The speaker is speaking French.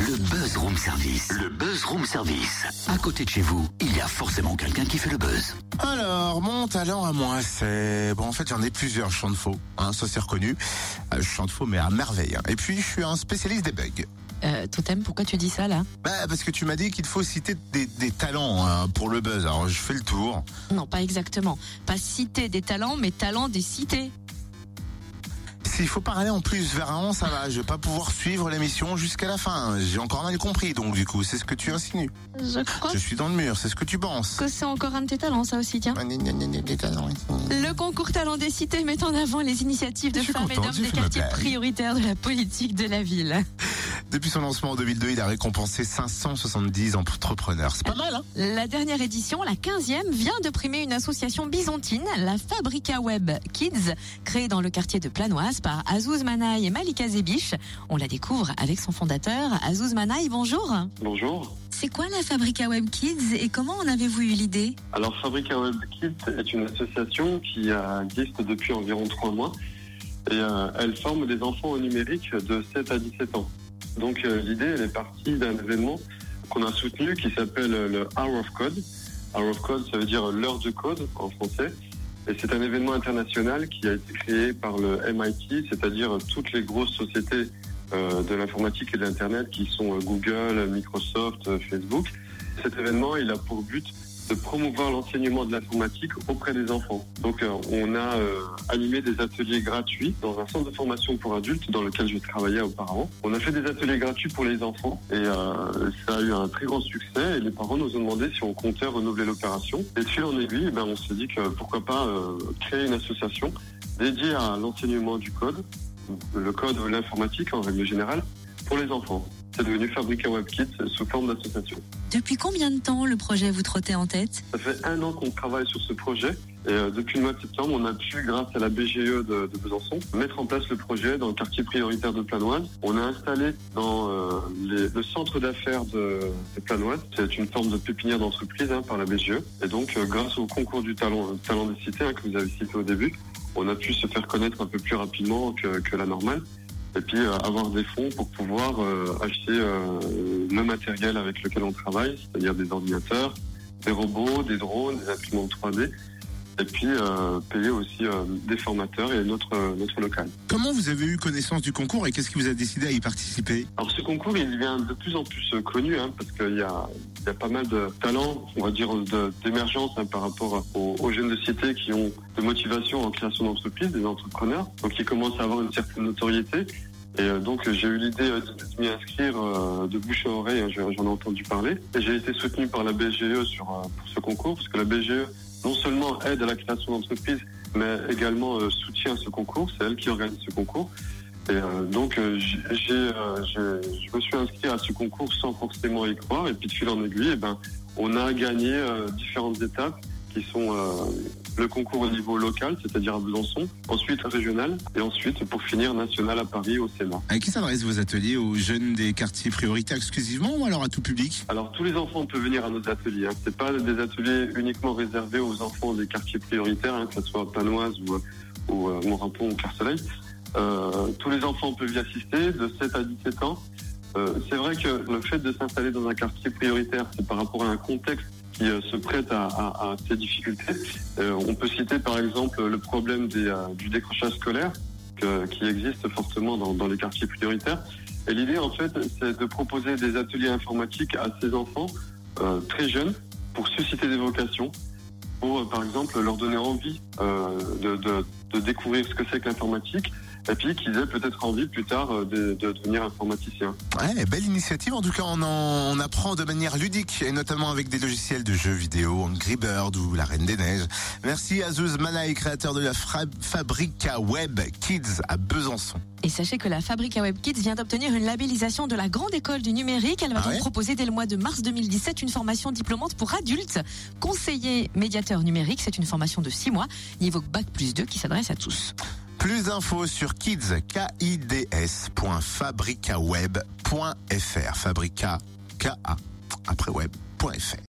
Le Buzz Room Service. Le Buzz Room Service. À côté de chez vous, il y a forcément quelqu'un qui fait le buzz. Alors, mon talent à moi, c'est... Bon, en fait, j'en ai plusieurs, je chante faux. Ça, c'est reconnu. Je chante faux, mais à merveille. Et puis, je suis un spécialiste des bugs. Totem, pourquoi tu dis ça, là? Parce que tu m'as dit qu'il faut citer des talents pour le buzz. Alors, je fais le tour. Non, pas exactement. Pas citer des talents, mais talents des cités. S'il faut parler en plus vers un an, ça va. Je vais pas pouvoir suivre l'émission jusqu'à la fin. J'ai encore mal compris, donc du coup, c'est ce que tu insinues. Je crois Je suis dans le mur, c'est ce que tu penses. que c'est encore un de tes talents, ça aussi, tiens. Des talents. Le concours Talents des cités met en avant les initiatives de Je suis femmes et content, d'hommes Dieu des fait ma quartiers blague. prioritaires de la politique de la ville. Depuis son lancement en 2002, il a récompensé 570 entrepreneurs. C'est pas mal, hein? La dernière édition, la 15e, vient de primer une association byzantine, la Fabrica Web Kids, créée dans le quartier de Planoise par Azouz Manaï et Malika Zebiche. On la découvre avec son fondateur, Azouz Manaï. Bonjour. Bonjour. C'est quoi la Fabrica Web Kids et comment en avez-vous eu l'idée? Alors Fabrica Web Kids est une association qui existe depuis environ 3 mois et elle forme des enfants au numérique de 7 à 17 ans. Donc l'idée elle est partie d'un événement qu'on a soutenu qui s'appelle le Hour of Code. Hour of Code, ça veut dire l'heure de code en français. Et c'est un événement international qui a été créé par le MIT, c'est-à-dire toutes les grosses sociétés de l'informatique et de l'Internet qui sont Google, Microsoft, Facebook. Cet événement, il a pour but de promouvoir l'enseignement de l'informatique auprès des enfants. Donc on a animé des ateliers gratuits dans un centre de formation pour adultes dans lequel je travaillais auparavant. On a fait des ateliers gratuits pour les enfants et ça a eu un très grand succès et les parents nous ont demandé si on comptait renouveler l'opération. Et de fil en aiguille, on s'est dit que pourquoi pas créer une association dédiée à l'enseignement du code, le code ou l'informatique en règle générale, pour les enfants. C'est devenu Fabrica Web Kids sous forme d'association. Depuis combien de temps le projet vous trottait en tête? Ça fait 1 an qu'on travaille sur ce projet et depuis le mois de septembre, on a pu, grâce à la BGE de Besançon, mettre en place le projet dans le quartier prioritaire de Planoise. On a installé dans le centre d'affaires de Planoise. C'est une forme de pépinière d'entreprise par la BGE. Et donc, grâce au concours du talent des cités que vous avez cité au début, on a pu se faire connaître un peu plus rapidement que la normale. Et puis avoir des fonds pour pouvoir acheter le matériel avec lequel on travaille, c'est-à-dire des ordinateurs, des robots, des drones, des imprimantes 3D, et puis payer aussi des formateurs et notre local. Comment vous avez eu connaissance du concours et qu'est-ce qui vous a décidé à y participer? Alors ce concours, il devient de plus en plus connu, parce qu'il y a pas mal de talents, on va dire, d'émergence par rapport aux jeunes de cité qui ont de motivation en création d'entreprise, des entrepreneurs, donc ils commencent à avoir une certaine notoriété. Et donc j'ai eu l'idée de m'y inscrire de bouche à oreille, j'en ai entendu parler. Et j'ai été soutenu par la BGE pour ce concours, parce que la BGE non seulement aide à la création d'entreprise, mais également soutient ce concours, c'est elle qui organise ce concours. Et donc je me suis inscrit à ce concours sans forcément y croire, et puis de fil en aiguille, on a gagné différentes étapes qui sont le concours au niveau local, c'est-à-dire à Besançon, ensuite régional, et ensuite, pour finir, national à Paris, au Sénat. À qui s'adressent vos ateliers? Aux jeunes des quartiers prioritaires exclusivement ou alors à tout public? Alors, tous les enfants peuvent venir à nos ateliers. C'est pas des ateliers uniquement réservés aux enfants des quartiers prioritaires, que ce soit Planoise ou Montrapon ou Clair-Soleil. Tous les enfants peuvent y assister, de 7 à 17 ans. C'est vrai que le fait de s'installer dans un quartier prioritaire, c'est par rapport à un contexte qui se prête à ces difficultés. On peut citer par exemple le problème du décrochage scolaire qui existe fortement dans les quartiers prioritaires. Et l'idée en fait, c'est de proposer des ateliers informatiques à ces enfants très jeunes pour susciter des vocations, pour par exemple leur donner envie de découvrir ce que c'est que l'informatique, et puis qu'ils aient peut-être envie plus tard de devenir informaticien. Ouais, belle initiative. En tout cas, on apprend de manière ludique, et notamment avec des logiciels de jeux vidéo, Angry Bird ou La Reine des Neiges. Merci Azouz Manaï, créateur de la Fabrica Web Kids à Besançon. Et sachez que la Fabrica Web Kids vient d'obtenir une labellisation de la Grande École du Numérique. Elle va donc proposer dès le mois de mars 2017 une formation diplômante pour adultes. Conseiller médiateur numérique, c'est une formation de 6 mois, niveau Bac+2 qui s'adresse à tous. Plus d'infos sur kids.fabricaweb.fr. Fabrica, K-A, après web.fr.